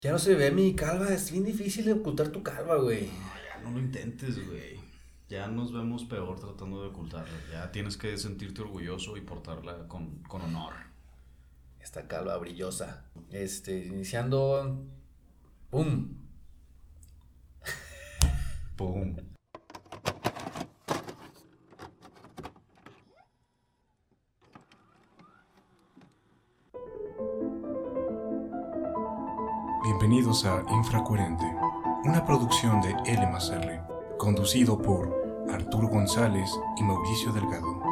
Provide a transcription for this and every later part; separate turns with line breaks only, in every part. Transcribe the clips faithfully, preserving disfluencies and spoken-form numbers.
Ya no se ve mi calva, es bien difícil de ocultar tu calva, güey.
No, ya no lo intentes, güey. Ya nos vemos peor tratando de ocultarla. Ya tienes que sentirte orgulloso y portarla con, con honor.
Esta calva brillosa. Este, iniciando. ¡Pum!
Pum.
Bienvenidos a Infracoherente, una producción de L más R, conducido por Arturo González y Mauricio Delgado.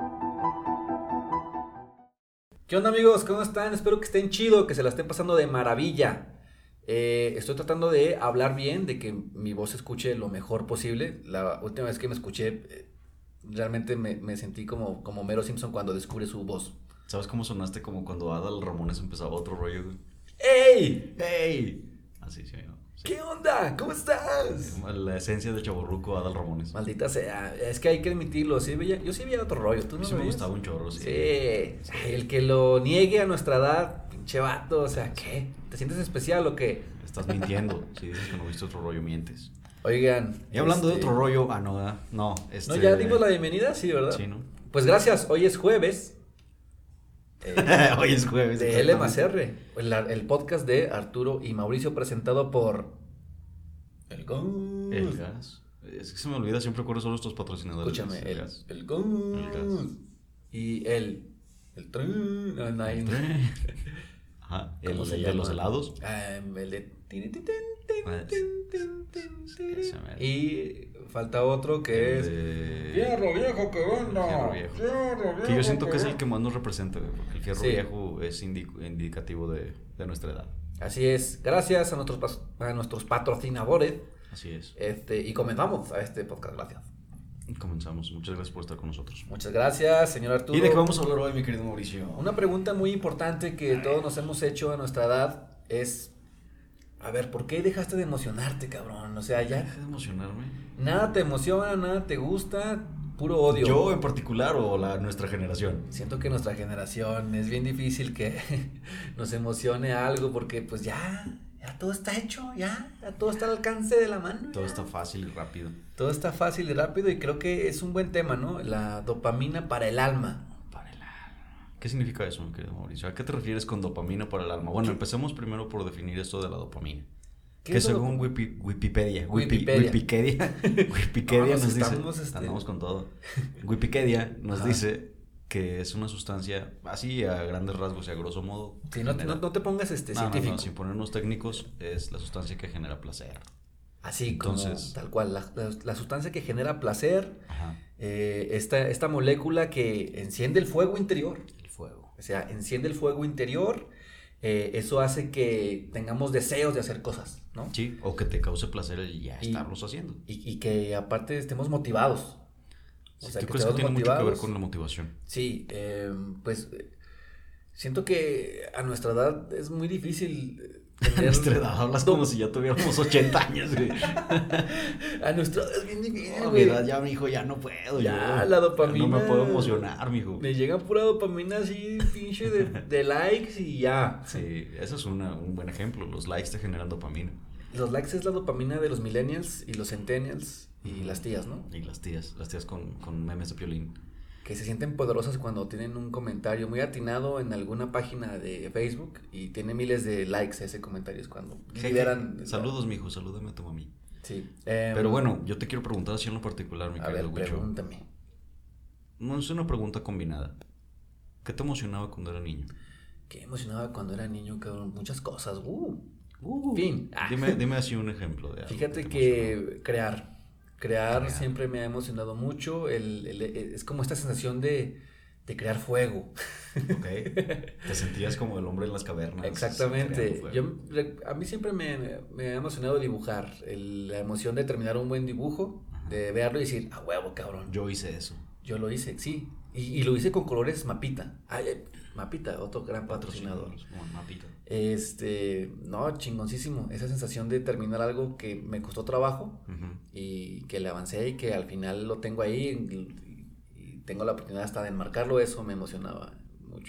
¿Qué onda, amigos? ¿Cómo están? Espero que estén chido, que se la estén pasando de maravilla. Eh, estoy tratando de hablar bien, de que mi voz se escuche lo mejor posible. La última vez que me escuché, eh, realmente me, me sentí como, como Homero Simpson cuando descubre su voz.
¿Sabes cómo sonaste como cuando Adal Ramones empezaba otro rollo, güey?
¡Ey!
¡Hey! Así, sí, ¿no? Sí.
¿Qué onda? ¿Cómo estás?
La esencia del chavorruco Adal Ramones.
Maldita sea, es que hay que admitirlo, sí veía, yo sí veía otro rollo, ¿tú
A
no
mí sí
lo
me
veías?
gustaba un chorro, sí.
Sí, el que lo niegue a nuestra edad, pinche vato, o sea, ¿qué? ¿Te sientes especial o qué?
Estás mintiendo. Si dices que no viste otro rollo, mientes.
Oigan.
Y hablando
este,
de otro rollo, ah, no, ah, no, este...
¿No ya dimos la bienvenida? Sí, ¿verdad?
Sí, ¿no?
Pues gracias, hoy es jueves. eh,
Hoy es jueves.
de L más R, el, el podcast de Arturo y Mauricio presentado por... El Gon.
El gas. Es que se me olvida, siempre recuerdo solo estos patrocinadores.
Escúchame, el,
gas.
el Gon.
El gas.
Y el... El tren. No, no hay-
El tren. Ajá. El
¿Cómo se
de
llama?
los helados.
Ah, el de... tin, tin, tin, tin,
Ah,
tin, tin, tin, tin.
ese mero.
Y falta otro que
El
es...
de-
Fierro viejo que venda.
Fierro viejo.
Fierro viejo
Que yo siento que es el
venda.
que más nos representa, güey, porque el fierro
Sí.
viejo es indi- indicativo de, de nuestra edad.
Así es. Gracias a nuestros, pas- a nuestros patrocinadores.
Así es.
Este, y comenzamos a este podcast. Gracias.
Comenzamos. Muchas gracias por estar con nosotros.
Muchas gracias, señor Arturo.
¿Y de qué vamos a hablar hoy, mi querido Mauricio?
Una pregunta muy importante que todos nos hemos hecho a nuestra edad es... A ver, ¿por qué dejaste de emocionarte, cabrón? O sea, ya...
Deja de emocionarme.
Nada te emociona, nada te gusta, puro odio.
¿Yo en particular o la, nuestra generación?
Siento que nuestra generación es bien difícil que nos emocione algo porque pues ya, ya todo está hecho, ya, ya todo está al alcance de la mano.
Todo
ya.
está fácil y rápido.
Todo está fácil y rápido y creo que es un buen tema, ¿no? La dopamina para el alma.
Para el alma. ¿Qué significa eso, mi querido Mauricio? ¿A qué te refieres con dopamina para el alma? Bueno, empecemos primero por definir esto de la dopamina.
¿Qué
Que
es la
según
dop-
Wipi- Wikipedia, Wipi-
Wikipedia.
Wikipedia, Wikipedia
No,
nos dice,
estamos, este-
andamos con todo. Wikipedia nos
Ajá.
dice que es una sustancia, así a grandes rasgos y a grosso modo.
Sí, no,
genera-
no, no te pongas este
No, no, no,
científico.
sin ponernos técnicos, es la sustancia que genera placer.
Así
Entonces-
como tal cual, la, la- la sustancia que genera placer,
Ajá.
eh, esta, esta molécula que enciende el fuego interior.
El fuego.
O sea, enciende el fuego interior, eh, eso hace que tengamos deseos de hacer cosas, ¿no?
Sí, o que te cause placer el ya
Y-
estarlos haciendo.
Y, y que aparte estemos motivados. O
Sí,
sea,
¿tú
que
crees que
estemos
tiene mucho que ver
motivados.
con la motivación?
Sí, eh, pues eh, siento que a nuestra edad es muy difícil eh,
A
tener...
nuestra edad hablas
do-
como si ya tuviéramos ochenta años, güey.
A nuestra edad es bien difícil,
No, mi
güey.
edad ya, mijo, ya no puedo.
Ya,
yo.
la dopamina.
No me puedo emocionar, mijo.
Me llega pura dopamina así, pinche de, de likes y ya.
Sí, eso es una, un buen ejemplo. Los likes te generan dopamina.
Los likes es la dopamina de los millennials y los centennials y las tías, ¿no?
Y las tías, las tías con, con memes de piolín.
Que se sienten poderosas cuando tienen un comentario muy atinado en alguna página de Facebook y tiene miles de likes ese comentario. Es cuando liberan...
Saludos, mijo, salúdame a tu mami.
Sí. em,
Pero bueno, yo te quiero preguntar así en lo particular, mi
A
querido
ver,
Wicho.
pregúntame.
No es una pregunta combinada. ¿Qué te emocionaba cuando era niño?
Qué emocionaba cuando era niño, cabrón. Muchas cosas. Uh.
Uh,
Fin. Ah.
Dime, dime así un ejemplo de algo.
Fíjate
te
que
emocionaba.
crear, crear,
Crear.
siempre me ha emocionado mucho. El, el- el- es como esta sensación de, de crear fuego.
Ok. Te sentías como el hombre en las cavernas.
Exactamente.
creando fuego.
Yo, re- a mí siempre me, me ha emocionado dibujar. El- la emoción de terminar un buen dibujo,
Ajá.
de verlo y decir, a huevo, cabrón. Yo,
Yo hice eso.
lo hice, sí. Y, y lo hice con colores Mapita. Ay, ay, Mapita, otro gran patrocinador.
Bueno, mapita.
Este, no, chingoncísimo. Esa sensación de terminar algo que me costó trabajo
Ujú.
y que le avancé y que al final lo tengo ahí y, y tengo la oportunidad hasta de enmarcarlo, eso me emocionaba mucho.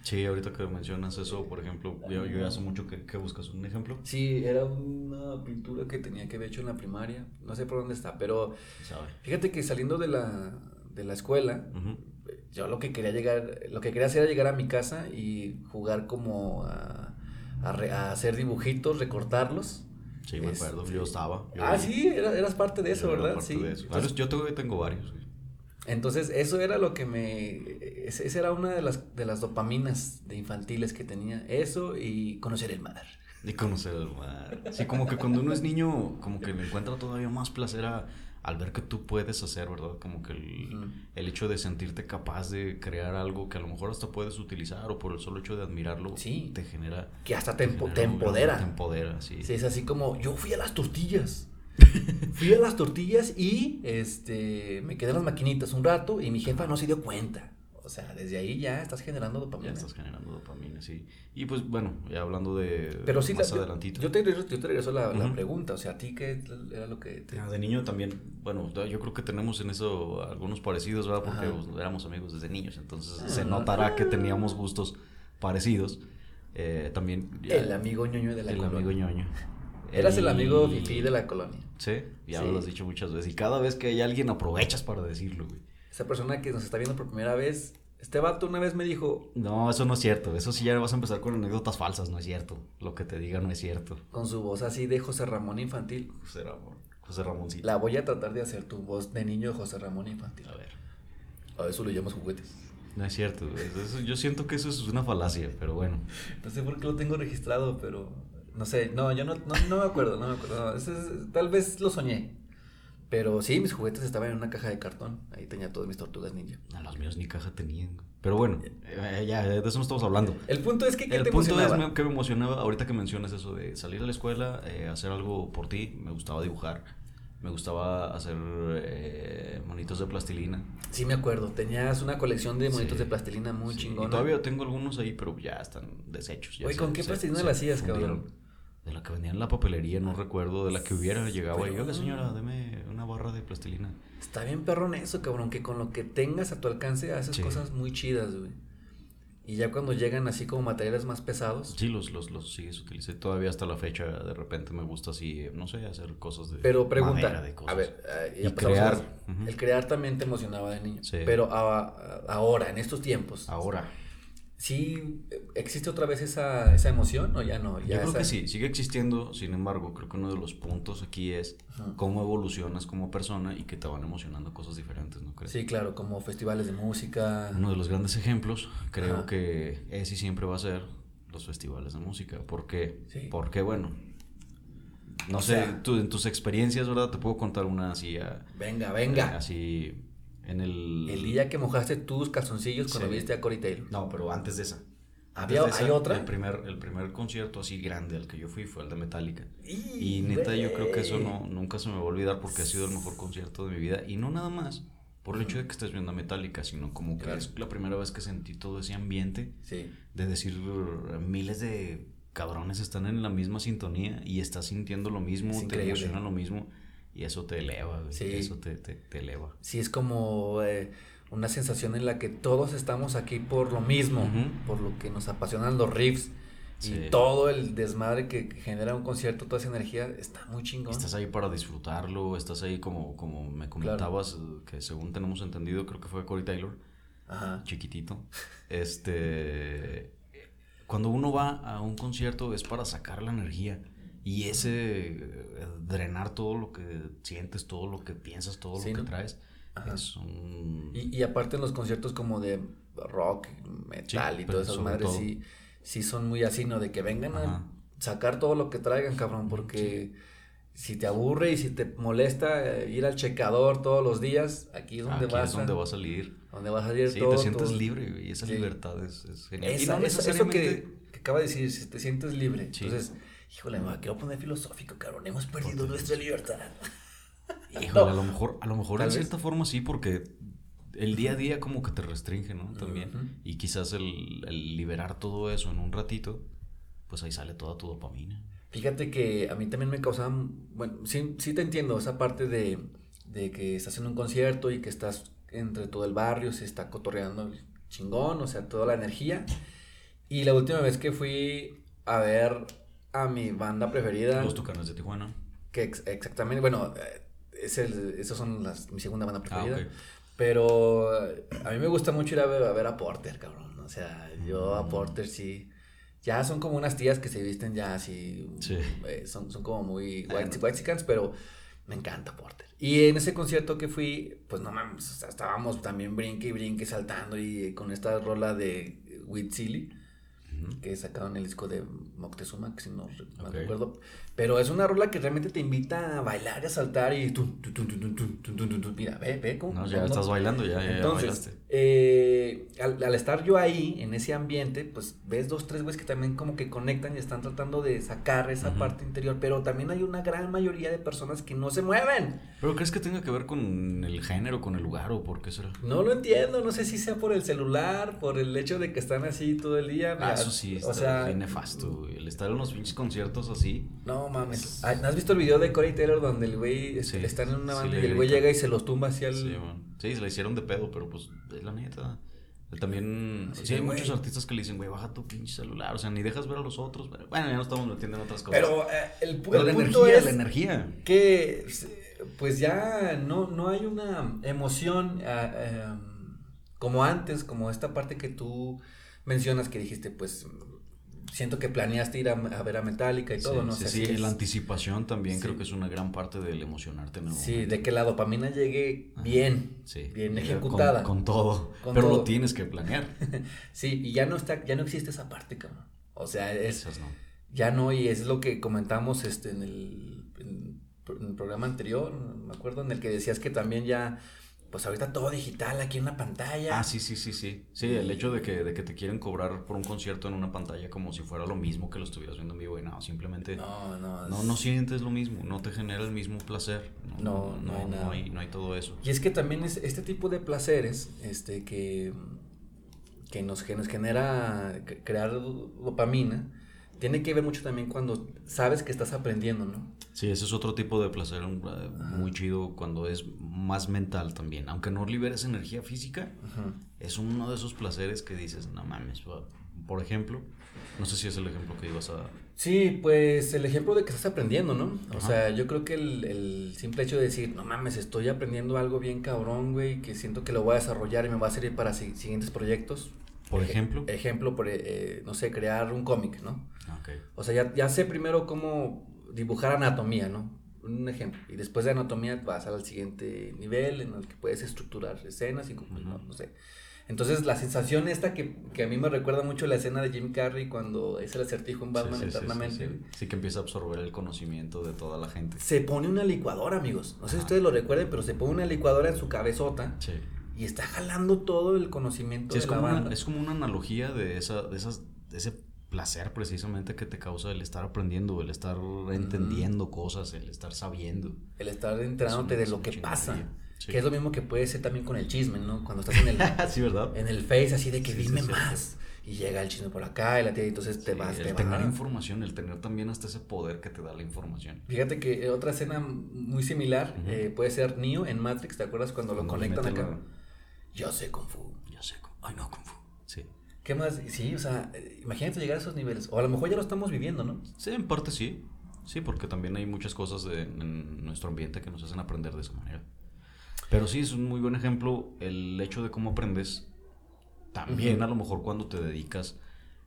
Sí, ahorita que mencionas eso, por ejemplo, yo, yo hace mucho que, que buscas un ejemplo.
Sí, era una pintura que tenía que haber hecho en la primaria, no sé por dónde está, pero
¿Sabe?
fíjate que saliendo de la, de la escuela,
Uh-huh.
yo lo que quería llegar, lo que quería hacer era llegar a mi casa y jugar como a, a, re, a hacer dibujitos, recortarlos.
Sí, me acuerdo,
Este...
yo estaba. Yo
ah,
vi.
sí, era, eras parte de eso,
Yo era
¿verdad?
parte
Sí.
de eso.
Entonces,
Varios- yo todavía tengo varios. Güey.
entonces, eso era lo que me, esa ese era una de las, de las dopaminas de infantiles que tenía, eso y conocer el mar.
Y conocer el mar. Sí, como que cuando uno es niño, como que le encuentra todavía más placer a, al ver que tú puedes hacer, ¿verdad? Como que el,
Uh-huh.
el hecho de sentirte capaz de crear algo que a lo mejor hasta puedes utilizar o por el solo hecho de admirarlo,
sí.
te genera...
Que hasta te,
te,
empo-
genera
te
un gran-
empodera.
Te empodera, sí.
Sí, es así como, yo fui a las tortillas. Fui a las tortillas y este me quedé en las maquinitas un rato y mi jefa no se dio cuenta. O sea, desde ahí ya estás generando dopamina.
Ya estás generando dopamina, sí. Y pues bueno, ya hablando de
Pero sí,
más
la,
adelantito.
Yo, yo te regreso, yo te regreso la,
Uh-huh.
la pregunta. O sea, ¿a ti qué era lo que te...
Ah, de niño también, bueno, yo creo que tenemos en eso algunos parecidos, ¿verdad? Porque
Ajá.
pues, éramos amigos desde niños, entonces
Ah.
se notará que teníamos gustos parecidos. Eh, también... ya-
El amigo ñoño de la
el
colonia.
amigo ñoño.
Eras el
Y-
amigo fifí de la colonia.
Sí, ya
Sí.
me lo has dicho muchas veces. Y cada vez que hay alguien aprovechas para decirlo, güey.
Esa persona que nos está viendo por primera vez, este vato una vez me dijo,
No, eso no es cierto. Eso sí ya vas a empezar con anécdotas falsas, no es cierto. Lo que te diga no es cierto.
con su voz así de José Ramón Infantil,
José Ramón. José Ramoncito.
la voy a tratar de hacer tu voz de niño de José Ramón Infantil.
A ver.
A eso le llamas juguetes.
No es cierto. Eso, eso- yo siento que eso es una falacia, pero bueno.
No sé por qué lo tengo registrado, pero no sé, no, yo no, no, no me acuerdo, no me acuerdo. No, ese es- tal vez lo soñé. Pero sí, mis juguetes estaban en una caja de cartón. Ahí tenía todas mis tortugas ninja.
A los míos ni caja tenían. Pero bueno, eh, ya, de eso no estamos hablando.
El punto es que ¿qué
El
te
punto
emocionaba?
es me- que me emocionaba ahorita que mencionas eso de salir a la escuela, eh, hacer algo por ti. Me gustaba dibujar. Me gustaba hacer eh, monitos de plastilina.
Sí me acuerdo, tenías una colección de monitos
Sí.
de plastilina muy
Sí,
chingona.
y todavía tengo algunos ahí, pero ya están deshechos. Ya
Oye,
se-
¿con qué
se-
plastilina
se
la hacías,
fundieron.
cabrón?
De la que vendía en la papelería, no recuerdo. De la que hubiera llegado ahí.
Pero-
Oiga, señora, deme una barra de plastilina.
Está bien perrón eso, cabrón, que con lo que tengas a tu alcance haces
Sí.
cosas muy chidas, güey. Y ya cuando llegan así como materiales más pesados.
Sí, los, los, los sigues utilizando. Todavía hasta la fecha, de repente me gusta así, no sé, hacer cosas de
Pero pregunta,
madera, de cosas.
a ver, eh,
Y
ya pasamos
crear.
a eso.
Ujú.
El crear también te emocionaba de niño.
Sí.
Pero a- a- ahora, en estos tiempos,
Ahora,
¿sí existe otra vez esa, esa emoción o ya no? Ya
yo creo
esa-
que sí, sigue existiendo. Sin embargo, creo que uno de los puntos aquí es
Ujú.
cómo evolucionas como persona y que te van emocionando cosas diferentes, ¿no crees?
Sí, claro, como festivales de música.
Uno de los grandes ejemplos, creo
Ajá.
que es y siempre va a ser los festivales de música. ¿Por qué?
Sí.
Porque, bueno, no
O
sé,
sea-
tú, en tus experiencias, ¿verdad? Te puedo contar una así, a-
Venga, venga.
así, en el...
El día que mojaste tus calzoncillos cuando
Sí.
viste a Corey Taylor.
No, pero antes de esa.
¿Había-
Antes de
hay otra?
El primer, el primer concierto así grande al que yo fui fue el de Metallica.
Y,
Y neta, yo creo que eso no, nunca se me va a olvidar porque ha sido el mejor concierto de mi vida. Y no nada más por el hecho de que estés viendo a Metallica, sino como que
Claro.
es la primera vez que sentí todo ese ambiente
Sí.
de decir miles de cabrones están en la misma sintonía y estás sintiendo lo mismo,
Es
te
increíble.
emociona lo mismo y eso te eleva, güey.
Sí.
Eso te, te, te eleva.
Sí, es como eh, una sensación en la que todos estamos aquí por lo mismo,
Ujú.
por lo que nos apasionan los riffs y
Sí.
todo el desmadre que que genera un concierto, toda esa energía, está muy chingón.
Estás ahí para disfrutarlo, estás ahí como, como me comentabas, eh, que según tenemos entendido, creo que fue Corey Taylor,
Ajá.
chiquitito. Este, cuando uno va a un concierto es para sacar la energía y ese eh, drenar todo lo que sientes, todo lo que piensas, todo
Sí,
lo que
¿no?
traes.
Ajá.
Es un...
Y, y aparte en los conciertos como de rock, metal
Sí,
y
pero
todas esas
sobre
madres,
todo.
sí, sí son muy así, ¿no? De que vengan
Ajá.
a sacar todo lo que traigan, cabrón, porque si te aburre y si te molesta eh, ir al checador todos los días, aquí es donde
Aquí
vas
es donde
a,
va a salir.
donde vas a salir
Sí,
todo.
te sientes
todo.
libre, güey, y esa
Sí.
libertad es, es genial. Y
Esa-
no
eso, eso
necesariamente-
que, que acaba de decir, si te sientes libre.
Sí.
Entonces, híjole, me quiero poner filosófico, cabrón, hemos perdido
Ponte
nuestra libertad.
Híjole,
No.
a lo mejor, a lo mejor
Tal
en
vez.
cierta forma sí, porque el día a día como que te restringe, ¿no? También.
Ujú.
Y quizás el, el liberar todo eso en un ratito, pues ahí sale toda tu dopamina.
Fíjate que a mí también me causaban, bueno, sí, sí te entiendo, esa parte de, de que estás en un concierto y que estás entre todo el barrio, se está cotorreando el chingón, o sea, toda la energía. Y la última vez que fui a ver a mi banda preferida.
Los Tucanes de Tijuana.
Que ex- exactamente, bueno, es el, esos son las, mi segunda banda preferida.
Ah, ok.
Pero a mí me gusta mucho ir a ver a, ver a Porter, cabrón. O sea, yo a Porter sí. Ya son como unas tías que se visten ya así.
Sí.
Eh, son, son como muy
Ah,
white,
no.
whitexicans, pero me encanta Porter. Y en ese concierto que fui, pues no mames, o sea, estábamos también brinque y brinque saltando y con esta rola de With Silly,
Ujú.
que sacaron el disco de Moctezuma, que si no re- no
Ok.
recuerdo. Pero es una rola que realmente te invita a bailar y a saltar y tun, tun, tun, tun, tun, tun, tun, tun, tun, tun. Mira, ve, ve cómo.
No, ya
cómo-
estás bailando, ya, ya, ya
Entonces,
bailaste.
eh, al, al estar yo ahí, en ese ambiente, pues ves dos, tres güeyes que también como que conectan y están tratando de sacar esa
Ujú.
parte interior, pero también hay una gran mayoría de personas que no se mueven.
¿Pero crees que tenga que ver con el género, con el lugar o por qué será?
No lo entiendo, no sé si sea por el celular, por el hecho de que están así todo el día.
Ah,
mira,
eso sí, está
o sea,
bien nefasto, güey. El estar en los pinches conciertos así.
no mames. Ah, ¿no has visto el video de Corey Taylor donde el güey este,
Sí,
está en una
sí
banda
le
y el güey
grita.
llega y se los tumba hacia el...
Sí, man. Sí, se la hicieron de pedo, pero pues es la neta. Él también.
Así
Sí,
de,
hay
güey.
muchos artistas que le dicen, güey, baja tu pinche celular. O sea, ni dejas ver a los otros. Pero, bueno, ya no estamos metiendo en otras cosas.
Pero eh, el, pu-
Pero
el
la
punto
energía,
es
la energía.
que pues ya no, no hay una emoción eh, eh, como antes, como esta parte que tú mencionas que dijiste, pues siento que planeaste ir a, a ver a Metallica y todo,
Sí,
¿no? O
sí,
sea,
sí,
sí es-
la anticipación también
Sí.
creo que es una gran parte del emocionarte en el
sí,
momento.
de que la dopamina llegue
Ajá.
bien,
Sí,
bien
llega
ejecutada.
Con, con todo.
Con
pero
todo.
lo tienes que planear.
Sí, y ya no está, ya no existe esa parte, cabrón. O sea, es,
Esas no.
ya no, y es lo que comentamos este en el, en, en el programa anterior, me acuerdo, en el que decías que también ya, pues ahorita todo digital aquí en la pantalla.
Ah, sí, sí, sí, sí. Sí, el hecho de que, de que te quieren cobrar por un concierto en una pantalla como si fuera lo mismo que lo estuvieras viendo en vivo y no, simplemente
No, no.
no,
es-
no sientes lo mismo, no te genera el mismo placer.
No, no hay nada.
No hay, no hay todo eso.
Y es que también es este tipo de placeres, este, que, que nos, que nos genera c- crear dopamina, tiene que ver mucho también cuando sabes que estás aprendiendo, ¿no?
Sí, ese es otro tipo de placer un- eh, muy chido cuando es más mental también. Aunque no liberes energía física,
Ujú.
es uno de esos placeres que dices, no mames. Por ejemplo, no sé si es el ejemplo que ibas a...
Sí, pues el ejemplo de que estás aprendiendo, ¿no? O
Ajá.
sea, yo creo que el, el simple hecho de decir, no mames, estoy aprendiendo algo bien cabrón, güey, que siento que lo voy a desarrollar y me va a servir para si- siguientes proyectos.
Por
Ej-
ejemplo.
Ejemplo, por, eh, no sé, crear un cómic, ¿no?
Ok.
O sea, ya, ya sé primero cómo dibujar anatomía, ¿no? Un ejemplo. Y después de anatomía vas al siguiente nivel en el que puedes estructurar escenas y como,
Ujú.
no, no sé. Entonces, la sensación esta que, que a mí me recuerda mucho la escena de Jim Carrey cuando es el acertijo en Batman
Sí, sí, sí,
eternamente.
sí, sí. Sí, que empieza a absorber el conocimiento de toda la gente.
Se pone una licuadora, amigos. No sé si
Ajá.
ustedes lo recuerden, pero se pone una licuadora en su cabezota
Sí.
y está jalando todo el conocimiento
Sí, es,
de la
como
banda.
una, es como una analogía de, esa, de, esas, de ese placer precisamente que te causa el estar aprendiendo, el estar entendiendo cosas, el estar sabiendo.
El estar enterándote
Es una-
de
es
lo
una
que pasa.
chingonería. Sí.
Que es lo mismo que puede ser también con el chisme, ¿no? Cuando estás en el,
Sí, ¿verdad?
en el Face así de que
Sí, sí,
dime
es cierto.
más. Y llega el chisme por acá y la tía, y entonces te
Sí,
vas,
el
te
tener
vas.
información, el tener también hasta ese poder que te da la información.
Fíjate que otra escena muy similar
Ujú.
eh, puede ser Neo en Matrix, ¿te acuerdas cuando,
Cuando
lo
le
conectan
mete
acá?
la-
Yo sé Kung Fu.
Ya sé, cómo- ay no, Kung Fu. Sí.
¿Qué más? Sí, o sea, eh, imagínate llegar a esos niveles. O a lo mejor ya lo estamos viviendo, ¿no?
Sí, en parte sí. Sí, porque también hay muchas cosas de- en nuestro ambiente que nos hacen aprender de esa manera. Pero sí, es un muy buen ejemplo el hecho de cómo aprendes. También
Ujú.
a lo mejor cuando te dedicas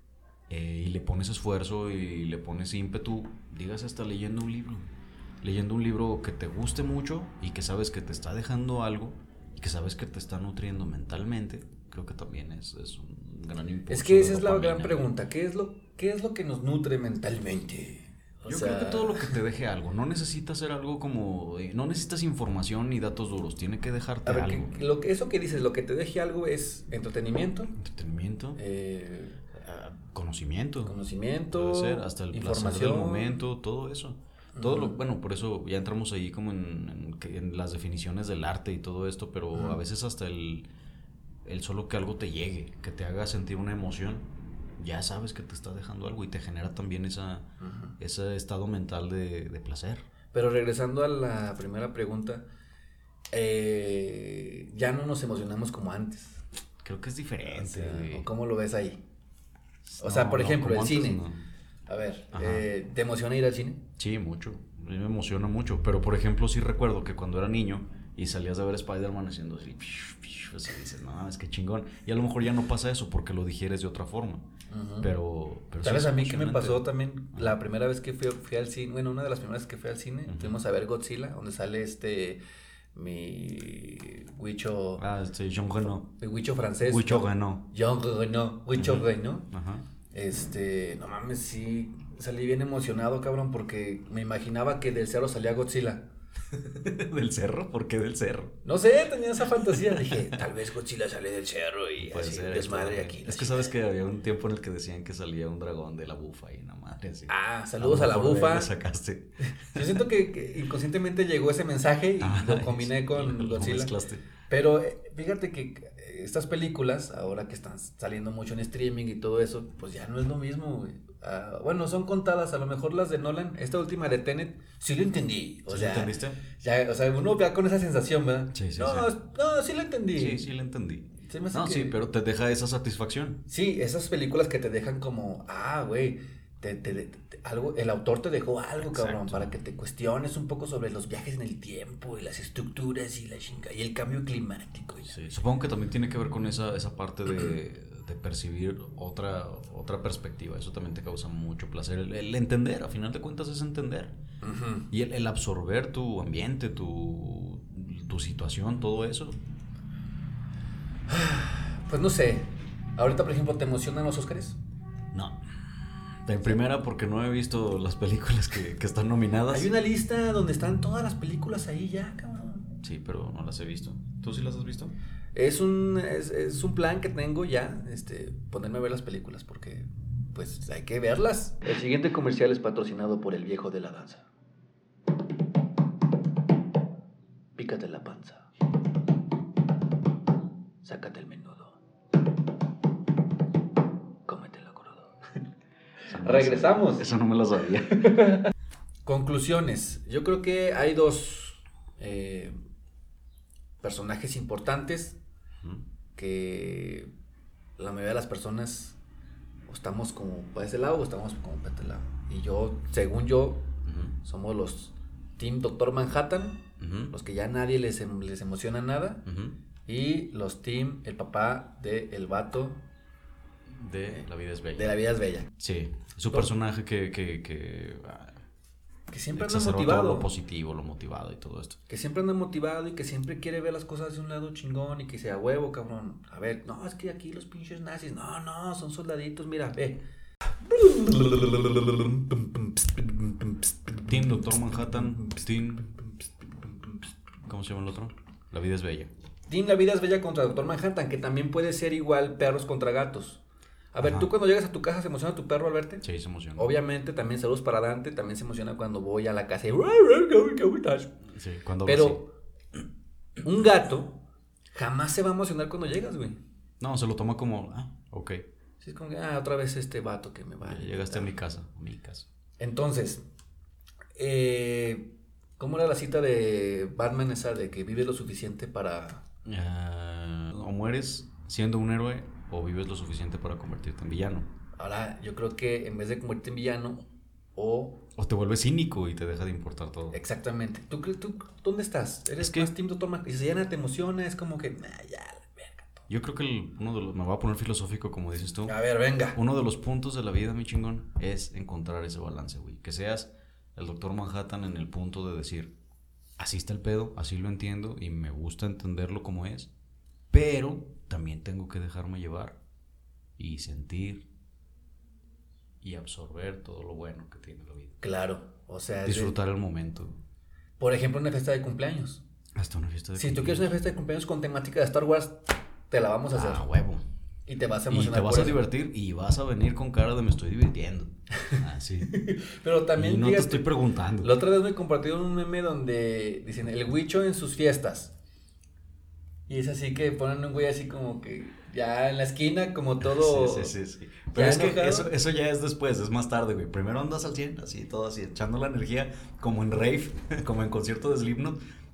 eh, y le pones esfuerzo y le pones ímpetu, digas hasta leyendo un libro. Leyendo un libro que te guste mucho y que sabes que te está dejando algo y que sabes que te está nutriendo mentalmente, creo que también es, es un gran impulso.
Es que
de
esa es la
dopamina.
gran pregunta. ¿Qué es lo, qué es lo que nos nutre mentalmente? O
Yo
sea,
creo que todo lo que te deje algo. No necesitas ser algo como... eh, no necesitas información ni datos duros. Tiene que dejarte
A ver,
algo.
que- lo que, eso que dices, lo que te deje algo es entretenimiento,
Entretenimiento,
eh,
ah, conocimiento.
conocimiento,
Puede ser, hasta el placer
información.
del momento, todo eso. Todo lo,
Ujú.
bueno, por eso ya entramos ahí como en, en, que- en las definiciones del arte y todo esto, pero
Ujú.
a veces hasta el, el solo que algo te llegue, que te haga sentir una emoción, ya sabes que te está dejando algo y te genera también esa,
Ujú.
ese estado mental de, de placer.
Pero regresando a la primera pregunta, eh, ya no nos emocionamos como antes.
Creo que es
O
diferente,
sea,
güey.
¿o ¿cómo lo ves ahí? O sea,
No,
por
no,
ejemplo,
como
el
antes,
cine.
no.
A ver,
Ajá.
eh, ¿te emociona ir al cine?
Sí, mucho. A mí me emociona mucho. Pero, por ejemplo, sí recuerdo que cuando era niño y salías a ver Spider-Man haciendo así, así dices, no, es que chingón. Y a lo mejor ya no pasa eso porque lo digieres de otra forma.
Uh-huh.
Pero, pero
¿Sabes
sí es
a mí qué me
emocionante.
pasó también? La primera vez que fui, fui al cine, bueno, una de las primeras que fui al cine,
Uh-huh.
fuimos a ver Godzilla, donde sale este, mi huicho,
Ah, este, Jean Reno.
mi huicho francés.
Huicho Reno.
Jean Reno, huicho
Ujú.
Reno.
Ajá.
Este, no mames, sí, salí bien emocionado, cabrón, porque me imaginaba que del cerro salía Godzilla.
¿Del cerro? ¿Por qué del cerro?
No sé, tenía esa fantasía. Dije, tal vez Godzilla sale del cerro y
Puede
así,
ser,
desmadre
esto,
aquí.
Es que sabes que había un tiempo en el que decían que salía un dragón de la bufa y una madre así.
Ah, saludos a, la
lo mejor de ahí
bufa.
lo sacaste.
Yo siento que, que inconscientemente llegó ese mensaje y
Ah,
lo combiné con
lo
Godzilla.
mezclaste.
Pero eh, fíjate que eh, estas películas, ahora que están saliendo mucho en streaming y todo eso, pues ya no es lo mismo, güey. Uh, bueno, son contadas, a lo mejor las de Nolan, esta última de Tenet, sí lo entendí. O
¿Sí
sea,
lo entendiste?
Ya, o sea, uno va con esa sensación, ¿verdad?
Sí, sí,
no,
sí.
no, sí lo entendí.
Sí, sí lo entendí.
Se me hace
No,
que-
sí, pero te deja esa satisfacción.
Sí, esas películas que te dejan como, ah, güey, te, te, te- te- algo, el autor te dejó algo, cabrón,
Exacto.
para que te cuestiones un poco sobre los viajes en el tiempo y las estructuras y la chinga y el cambio climático. Y la-
Sí, supongo que también tiene que ver con esa, esa parte de, de percibir otra, otra perspectiva. Eso también te causa mucho placer. El, el entender, a final de cuentas, es entender.
Ujú.
Y el, el absorber tu ambiente, tu, tu situación, todo eso.
Pues no sé, ahorita por ejemplo, ¿te emocionan los Óscares?
No. En primera, porque no he visto las películas que, que están nominadas.
Hay una lista donde están todas las películas ahí ya, cabrón.
Sí, pero no las he visto. ¿Tú sí las has visto?
Es un, es, es un plan que tengo ya, este, ponerme a ver las películas porque, pues, hay que verlas. El siguiente comercial es patrocinado por el viejo de la danza. Pícate la panza. Sácate el menudo. Cómetelo crudo. Regresamos.
Eso no me lo sabía.
Conclusiones. Yo creo que hay dos eh, personajes importantes que la mayoría de las personas o estamos como para ese lado o estamos como para este lado. Y yo, según yo,
Uh-huh.
somos los Team Doctor Manhattan,
Uh-huh.
los que ya nadie les, em- les emociona nada,
Uh-huh.
y los Team el papá de el vato
De La vida es bella.
de La vida es bella.
Sí, su
Todo.
personaje que, que, que ah,
Que siempre anda
exacerba todo
motivado.
lo positivo, lo motivado y todo esto.
Que siempre anda motivado y que siempre quiere ver las cosas de un lado chingón y que sea huevo, cabrón. A ver, no, es que aquí los pinches nazis, no, no, son soldaditos, mira, ve.
Team Doctor Manhattan, Team... ¿Cómo se llama el otro? La vida es bella.
Team La vida es bella contra Doctor Manhattan, que también puede ser igual perros contra gatos. A ver,
Ajá.
tú cuando llegas a tu casa, ¿se emociona tu perro al verte?
Sí, se emociona.
Obviamente, también saludos para adelante, también se emociona cuando voy a la casa y...
Sí, cuando
Pero un gato jamás se va a emocionar cuando llegas, güey.
No, se lo toma como, ah, ok.
Sí, es como que, ah, otra vez este vato que me va
Ya llegaste a mi casa, a mi casa.
Entonces, eh, ¿cómo era la cita de Batman esa de que vives lo suficiente para...
Ah, o mueres siendo un héroe o vives lo suficiente para convertirte en villano.
Ahora, yo creo que en vez de convertirte en villano, o...
O te vuelves cínico y te deja de importar todo.
Exactamente. ¿Tú, cre- tú dónde estás? ¿Eres
Es que-
más Team Doctor Manhattan? Y si ya nada te emociona, es como que, nah, ya, la verga. todo.
Yo creo que el- uno de los, me voy a poner filosófico como dices tú.
A ver, venga.
Uno de los puntos de la vida, mi chingón, es encontrar ese balance, güey. Que seas el Doctor Manhattan en el punto de decir, así está el pedo, así lo entiendo y me gusta entenderlo como es, pero también tengo que dejarme llevar y sentir y absorber todo lo bueno que tiene la vida.
Claro, o sea... es de-
Disfrutar el momento.
por ejemplo, una fiesta de cumpleaños.
Hasta una fiesta de
Si tú quieres una fiesta de cumpleaños con temática de Star Wars, te la vamos a hacer.
Ah, huevo.
Y te vas a
Y
emocionar
te vas
por
a
eso.
divertir y vas a venir con cara de me estoy divirtiendo. Así.
Pero también,
Y no te
fíjate,
estoy preguntando.
la otra vez me compartieron un meme donde dicen el huicho en sus fiestas. Y es así que ponen un güey así como que ya en la esquina, como todo.
Sí, sí, sí, sí. Pero
ya
es que
enojado.
eso, eso ya es después, es más tarde, güey. Primero andas al cien, así, todo así, echando la energía como en rave, como en concierto de Slipknot.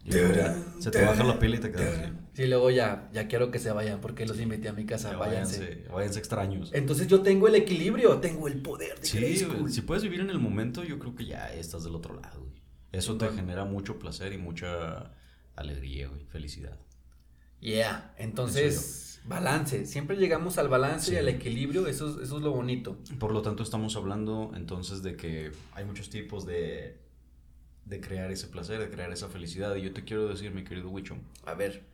Y luego ya se te baja la piel y te quedas así.
Sí, luego ya, ya quiero que se vayan porque los invité a mi casa,
Ya
váyanse.
váyanse, váyanse extraños.
Entonces yo tengo el equilibrio, tengo el poder de
Sí,
Grayskull.
güey, si puedes vivir en el momento, yo creo que ya estás del otro lado, güey. Eso te
Bueno.
genera mucho placer y mucha alegría, güey, felicidad.
Yeah, entonces, balance. Siempre llegamos al balance
Sí.
y al equilibrio, eso, es- eso es lo bonito.
Por lo tanto, estamos hablando entonces de que hay muchos tipos de, de crear ese placer, de crear esa felicidad. Y yo te quiero decir, mi querido Wicho,
A ver.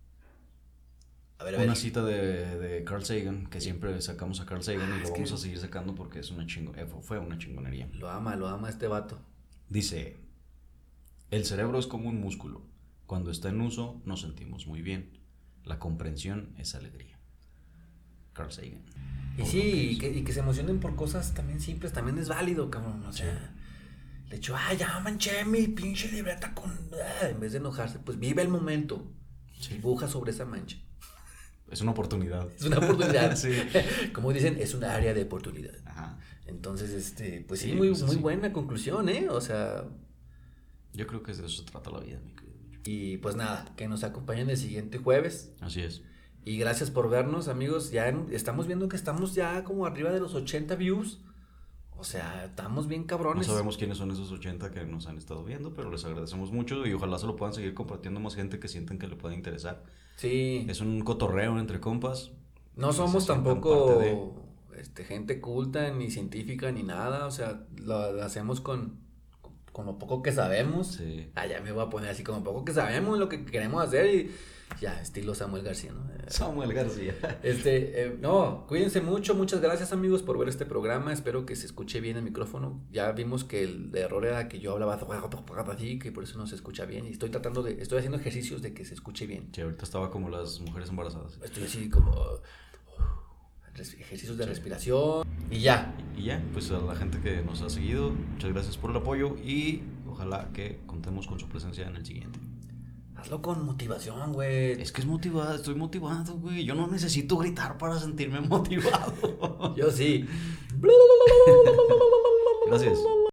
A ver, a
una
ver.
cita de, de Carl Sagan, que siempre sacamos a Carl Sagan
Ah,
y lo
es
vamos
que-
a seguir sacando porque es una chingo, eh, fue- fue una chingonería.
Lo ama, lo ama este vato.
Dice, el cerebro es como un músculo. Cuando está en uso, nos sentimos muy bien. La comprensión es alegría. Carl Sagan.
Y
Por
sí,
lo que
y
es.
que, y que se emocionen por cosas también simples, también es válido, cabrón. O sea, de hecho, ah, ya manché mi pinche libreta con. Ah", en vez de enojarse, pues vive el momento.
Sí.
Dibuja sobre esa mancha.
Es una oportunidad.
Es una oportunidad.
Sí.
Como dicen, es un área de oportunidad.
Ajá.
Entonces, este, pues sí,
Sí,
muy,
pues
muy
así.
buena conclusión, ¿eh? O sea,
Yo creo que de eso se trata la vida, mi querido Wicho.
y pues nada, que nos acompañen el siguiente jueves.
Así es.
Y gracias por vernos, amigos. Ya en- estamos viendo que estamos ya como arriba de los ochenta views. O sea, estamos bien
No
cabrones.
sabemos quiénes son esos ochenta que nos han estado viendo, pero les agradecemos mucho y ojalá se lo puedan seguir compartiendo a más gente que sienten que le pueda interesar.
Sí.
Es un cotorreo entre compas.
No
que se
somos
sientan
tampoco
parte de-
este, gente culta, ni científica, ni nada. O sea, lo, lo hacemos con, con lo poco que sabemos.
Sí.
Ah, ya me voy a poner así, con lo poco que sabemos, lo que queremos hacer y ya, estilo Samuel García, ¿no? Eh,
Samuel García.
Este, eh, no, cuídense mucho, muchas gracias amigos por ver este programa, espero que se escuche bien el micrófono, ya vimos que el error era que yo hablaba así, que por eso no se escucha bien y estoy tratando de, estoy haciendo ejercicios de que se escuche bien,
Sí, ahorita estaba como las mujeres embarazadas.
estoy así como res- ejercicios de
Sí.
respiración y ya,
Y ya, pues a la gente que nos ha seguido, muchas gracias por el apoyo y ojalá que contemos con su presencia en el siguiente.
hazlo con motivación, güey,
Es que es motivado, estoy motivado, güey. Yo no necesito gritar para sentirme motivado.
yo sí.
Gracias.